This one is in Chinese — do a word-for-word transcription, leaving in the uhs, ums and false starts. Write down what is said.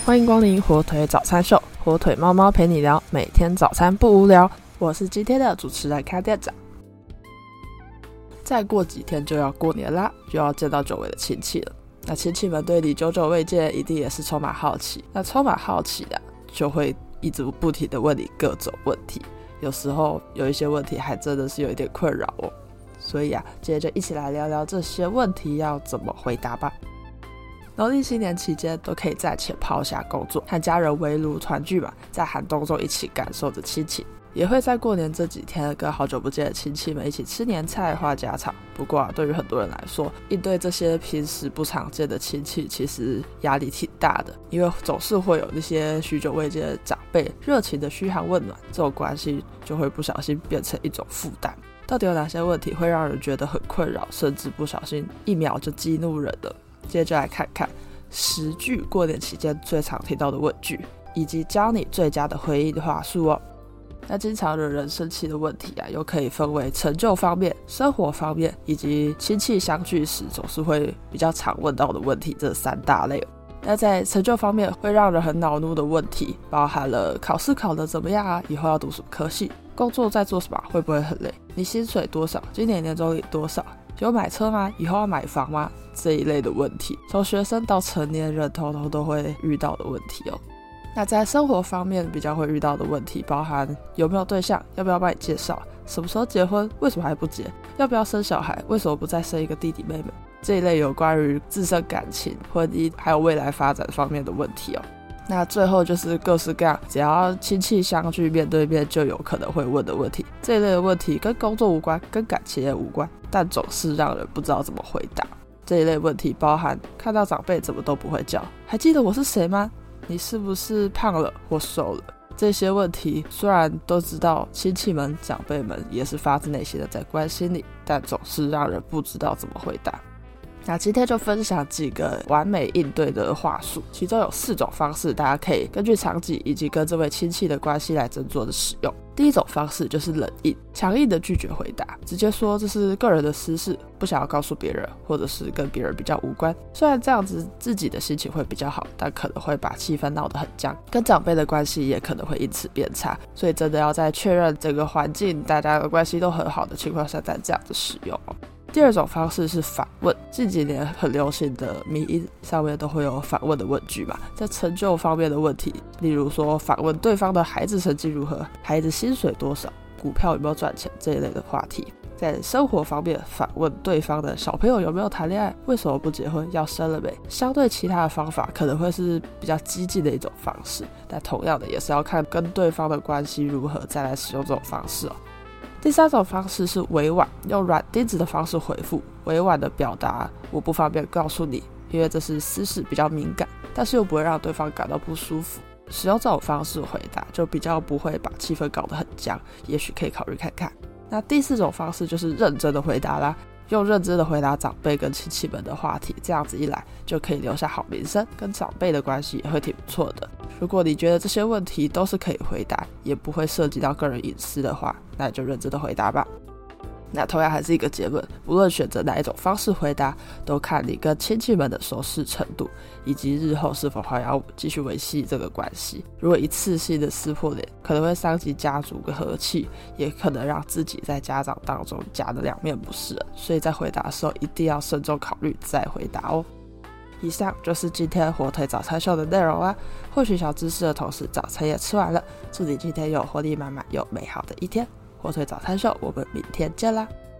欢迎光临火腿早餐秀，火腿猫猫陪你聊，每天早餐不无聊。我是今天的主持人卡店长。再过几天就要过年啦，就要见到久违的亲戚了。那亲戚们对你久久未见，一定也是充满好奇。那充满好奇的，就会一直不停的问你各种问题。有时候有一些问题还真的是有一点困扰哦。所以啊，今天就一起来聊聊这些问题要怎么回答吧。农历新年期间都可以暂且抛下工作，和家人围炉团聚嘛，在寒冬中一起感受着亲情，也会在过年这几天跟好久不见的亲戚们一起吃年菜话家常。不过啊，对于很多人来说，应对这些平时不常见的亲戚其实压力挺大的，因为总是会有那些许久未见的长辈热情的嘘寒问暖，这种关系就会不小心变成一种负担。到底有哪些问题会让人觉得很困扰，甚至不小心一秒就激怒人了？接着来看看十句过年期间最常听到的问句，以及教你最佳的回应话术哦。那经常惹人生气的问题啊，又可以分为成就方面、生活方面，以及亲戚相聚时总是会比较常问到的问题，这三大类哦。那在成就方面，会让人很恼怒的问题包含了考试考得怎么样啊，以后要读什么科系，工作在做什么，会不会很累，你薪水多少，今年年终领多少，有买车吗，以后要买房吗，这一类的问题，从学生到成年人通通都会遇到的问题哦。那在生活方面比较会遇到的问题包含有没有对象，要不要帮你介绍，什么时候结婚，为什么还不结，要不要生小孩，为什么不再生一个弟弟妹妹，这一类有关于自身感情、婚姻还有未来发展方面的问题哦。那最后就是各式各样只要亲戚相聚面对面就有可能会问的问题，这一类的问题跟工作无关，跟感情也无关，但总是让人不知道怎么回答。这一类问题包含看到长辈怎么都不会叫，还记得我是谁吗？你是不是胖了或瘦了？这些问题虽然都知道亲戚们长辈们也是发自内心的在关心你，但总是让人不知道怎么回答。那今天就分享几个完美应对的话术，其中有四种方式大家可以根据场景以及跟这位亲戚的关系来斟酌的使用。第一种方式就是冷硬，强硬的拒绝回答，直接说这是个人的私事，不想要告诉别人，或者是跟别人比较无关。虽然这样子自己的心情会比较好，但可能会把气氛闹得很僵，跟长辈的关系也可能会因此变差，所以真的要在确认整个环境大家的关系都很好的情况下再这样子使用哦。第二种方式是反问，近几年很流行的迷因上面都会有反问的问句嘛，在成就方面的问题，例如说反问对方的孩子成绩如何，孩子薪水多少，股票有没有赚钱这一类的话题。在生活方面，反问对方的小朋友有没有谈恋爱，为什么不结婚，要生了没。相对其他的方法可能会是比较激进的一种方式，但同样的也是要看跟对方的关系如何再来使用这种方式哦。第三种方式是委婉，用软钉子的方式回复，委婉的表达我不方便告诉你，因为这是私事比较敏感，但是又不会让对方感到不舒服。使用这种方式回答就比较不会把气氛搞得很僵，也许可以考虑看看。那第四种方式就是认真的回答啦，用认真的回答长辈跟亲戚们的话题，这样子一来就可以留下好名声，跟长辈的关系也会挺不错的。如果你觉得这些问题都是可以回答，也不会涉及到个人隐私的话，那就认真的回答吧。那同样还是一个结论，不论选择哪一种方式回答，都看你跟亲戚们的熟识程度，以及日后是否还要继续维系这个关系。如果一次性的撕破脸，可能会伤及家族的和气，也可能让自己在家长当中夹得两面不是人，所以在回答的时候一定要慎重考虑再回答哦。以上就是今天火腿早餐秀的内容啦，获取小知识的同时早餐也吃完了，祝你今天有活力满满又美好的一天。火腿早餐秀，我们明天见啦！